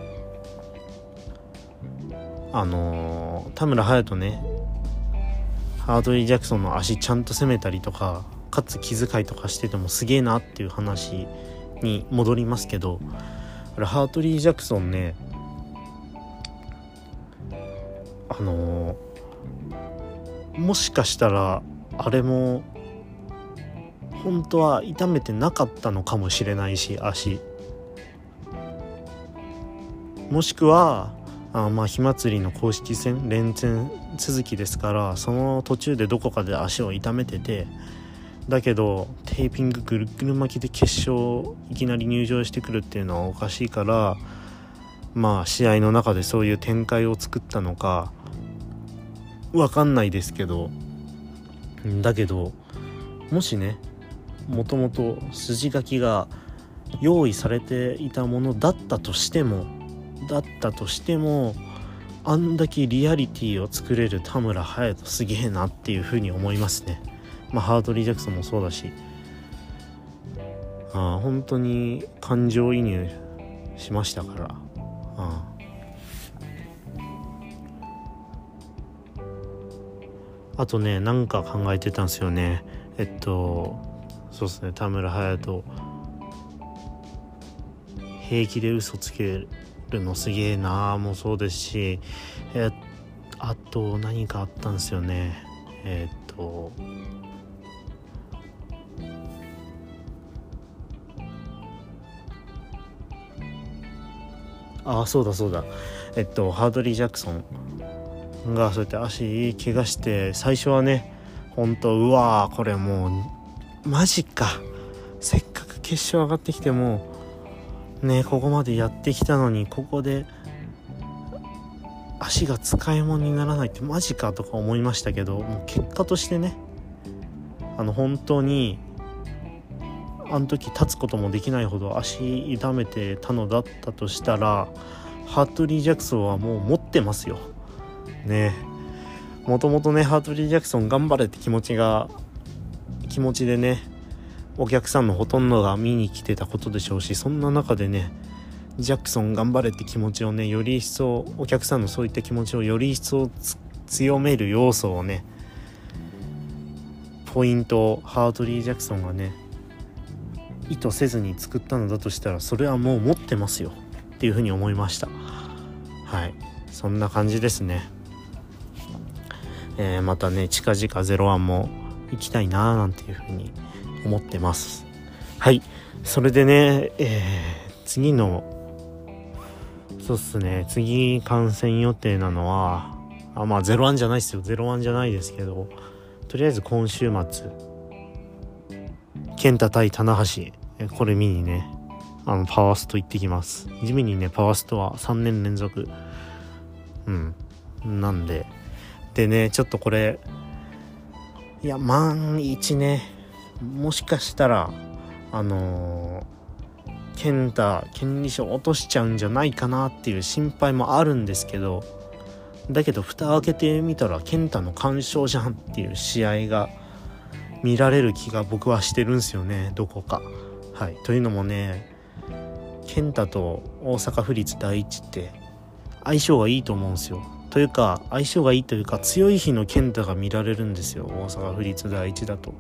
田村隼人ねハートリー・ジャクソンの足ちゃんと攻めたりとか、かつ気遣いとかしててもすげえなっていう話に戻りますけど、あれハートリー・ジャクソンねもしかしたらあれも本当は痛めてなかったのかもしれないし、足もしくは火祭りの公式戦連戦続きですから、その途中でどこかで足を痛めてて、だけどテーピングぐるぐる巻きで決勝いきなり入場してくるっていうのはおかしいから、試合の中でそういう展開を作ったのかわかんないですけど、だけどもしねもともと筋書きが用意されていたものだったとしてもあんだけリアリティを作れる田村隼人すげえなっていう風に思いますね。ハートリー・ジャクソンもそうだし、本当に感情移入しましたから、あとねなんか考えてたんですよね。そうですね、田村隼人平気で嘘つけるのすげえなもそうですし、あと何かあったんですよね。そうだハードリー・ジャクソンがそうやって足怪我して、最初はね本当うわーこれもうマジか、せっかく決勝上がってきてもねここまでやってきたのに、ここで足が使い物にならないってマジかとか思いましたけど、もう結果としてね本当にあの時立つこともできないほど足痛めてたのだったとしたら、ハートリー・ジャクソンはもう持ってますよね。もともとねハートリー・ジャクソン頑張れって気持ちでねお客さんのほとんどが見に来てたことでしょうし、そんな中でねジャクソン頑張れって気持ちをねより一層、お客さんのそういった気持ちをより一層強める要素をね、ポイントをハートリー・ジャクソンがね意図せずに作ったのだとしたら、それはもう持ってますよっていうふうに思いました。はい、そんな感じですね。またね近々01も行きたいななんていうふうに思ってます。はい、それでね、次観戦予定なのは01じゃないですよ、01じゃないですけど、とりあえず今週末健太対棚橋、これ見にねパワースト行ってきます。地味にねパワーストは3年連続なんでね、ちょっとこれ万一ねもしかしたら健利賞落としちゃうんじゃないかなっていう心配もあるんですけど、だけど蓋開けてみたら健太の完勝じゃんっていう試合が見られる気が僕はしてるんですよね、どこか。はい、というのもね健太と大阪府立第一って相性がいいと思うんですよ。というか相性がいいというか、強い日の健太が見られるんですよ、大阪府立第一だと。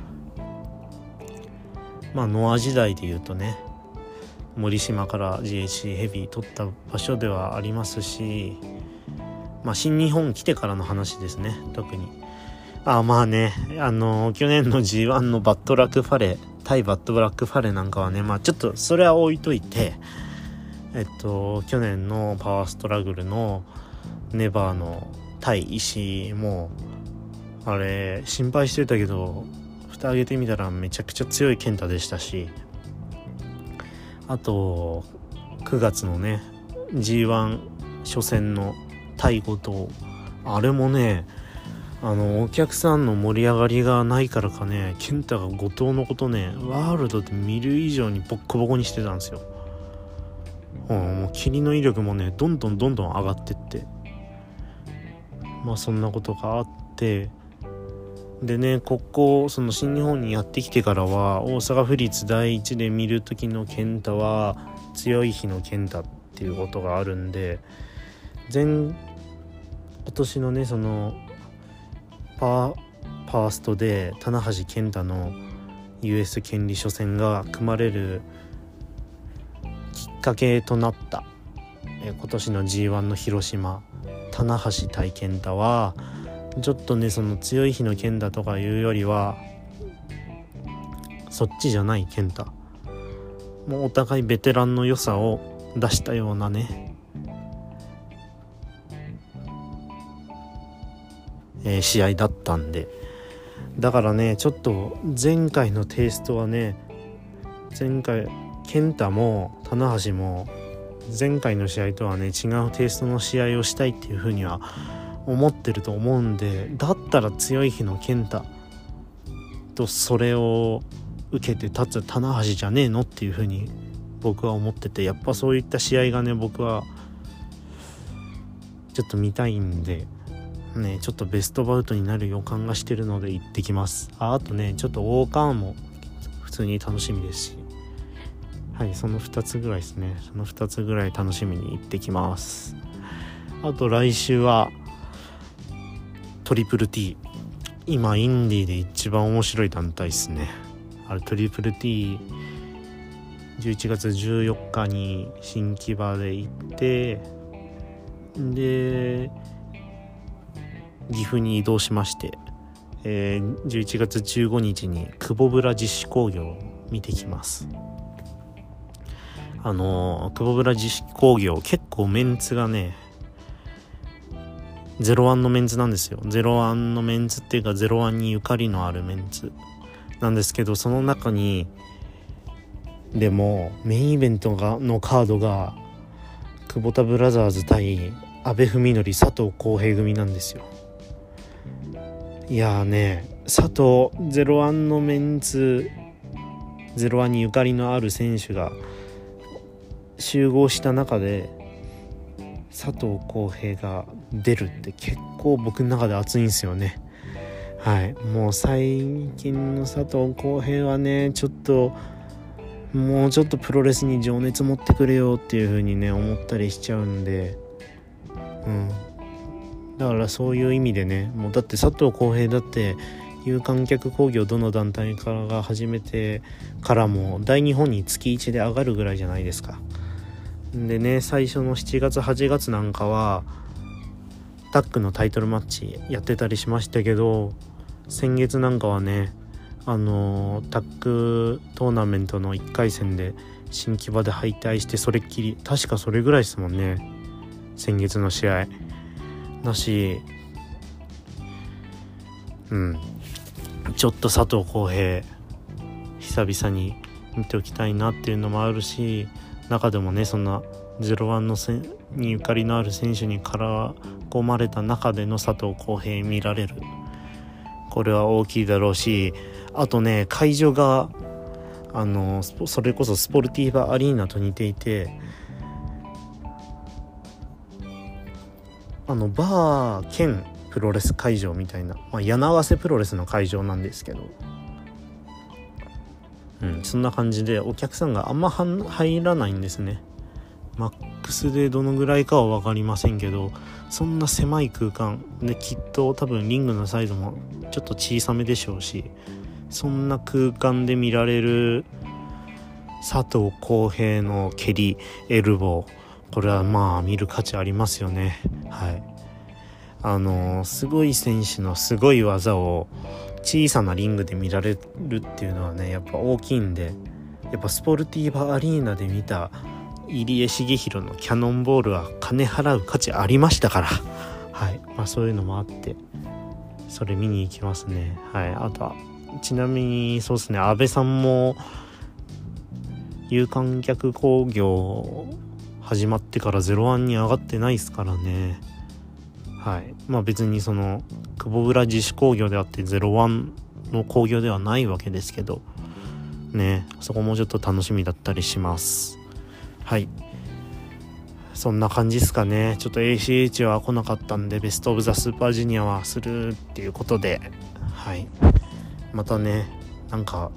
ノア時代で言うとね森島から GHC ヘビー取った場所ではありますし、新日本来てからの話ですね、特に。去年の G1 のバッドラックファレ対バッドブラックファレなんかはねちょっとそれは置いといて、去年のパワーストラグルのネバーの対石もあれ心配してたけど、蓋開けてみたらめちゃくちゃ強い健太でしたし、あと9月のね G1 初戦の対後藤、あれもねお客さんの盛り上がりがないからかね、健太が後藤のことねワールドで見る以上にボッコボコにしてたんですよ。もう霧の威力もねどんどん上がってって、そんなことがあって、でねその新日本にやってきてからは大阪府立第一で見る時の健太は強い日の健太っていうことがあるんで、今年のねそのパーストで棚橋健太の US 権利初戦が組まれるきっかけとなった今年の G1 の広島棚橋対健太はちょっとねその強い日の健太とかいうよりはそっちじゃない健太、もうお互いベテランの良さを出したようなね、試合だったんで、だからねちょっと前回のテイストはね、健太も棚橋も前回の試合とはね違うテイストの試合をしたいっていう風には思ってると思うんで、だったら強い日の健太とそれを受けて立つ棚橋じゃねえのっていう風に僕は思ってて、やっぱそういった試合がね僕はちょっと見たいんでね、ちょっとベストバウトになる予感がしてるので行ってきます。あとねちょっと王冠も普通に楽しみですし、はい、その2つぐらいですね。その2つぐらい楽しみに行ってきます。あと来週はトリプル T、 今インディーで一番面白い団体ですね。あれトリプル T 11月14日に新木場で行って、で岐阜に移動しまして、11月15日に久保村実施工業を見てきます。久保村実施工業結構メンツがね 01のメンツなんですよ。01のメンツっていうか01にゆかりのあるメンツなんですけど、その中にでもメインイベントのカードが久保田ブラザーズ対阿部文則佐藤浩平組なんですよ。いやーね、佐藤01のメンツ、01にゆかりのある選手が集合した中で佐藤浩平が出るって結構僕の中で熱いんですよね。はい、もう最近の佐藤浩平はね、もうちょっとプロレスに情熱持ってくれよっていう風にね思ったりしちゃうんで、だからそういう意味でね、もうだって佐藤浩平だって有観客興行どの団体からが始めてからも大日本に月1で上がるぐらいじゃないですか。でね、最初の7月8月なんかはタッグのタイトルマッチやってたりしましたけど、先月なんかはねタッグトーナメントの1回戦で新木場で敗退して、それっきり、確かそれぐらいですもんね、先月の試合だし、ちょっと佐藤浩平久々に見ておきたいなっていうのもあるし、中でもねそんな01にゆかりのある選手に絡込まれた中での佐藤浩平見られる、これは大きいだろうし、あとね会場がそれこそスポルティーバアリーナと似ていて、バー兼プロレス会場みたいな、柳合わせプロレスの会場なんですけど、そんな感じでお客さんがあんま入らないんですね。マックスでどのぐらいかは分かりませんけど、そんな狭い空間で、きっと多分リングのサイズもちょっと小さめでしょうし、そんな空間で見られる佐藤浩平の蹴りエルボー、これはまあ見る価値ありますよね。はい、すごい選手のすごい技を小さなリングで見られるっていうのはねやっぱ大きいんで、やっぱスポルティーバアリーナで見た入江茂弘のキャノンボールは金払う価値ありましたから、はい、そういうのもあってそれ見に行きますね。はい、あとはちなみにそうですね、安倍さんも有観客興行始まってから01に上がってないですからね。はい、別にその久保浦自主興行であって01の興行ではないわけですけどね、そこもちょっと楽しみだったりします。はい、そんな感じですかね。ちょっと ACH は来なかったんでベストオブザスーパージュニアはするっていうことで、はい、またねなんか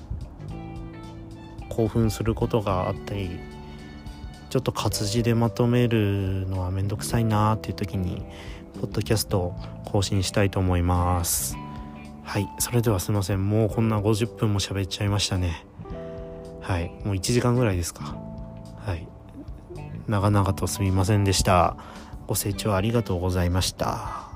興奮することがあったり、ちょっと活字でまとめるのはめんどくさいなっていう時にポッドキャストを更新したいと思います。はい、それではすいません、もうこんな50分も喋っちゃいましたね。はい、もう1時間ぐらいですか。はい、長々とすみませんでした。ご清聴ありがとうございました。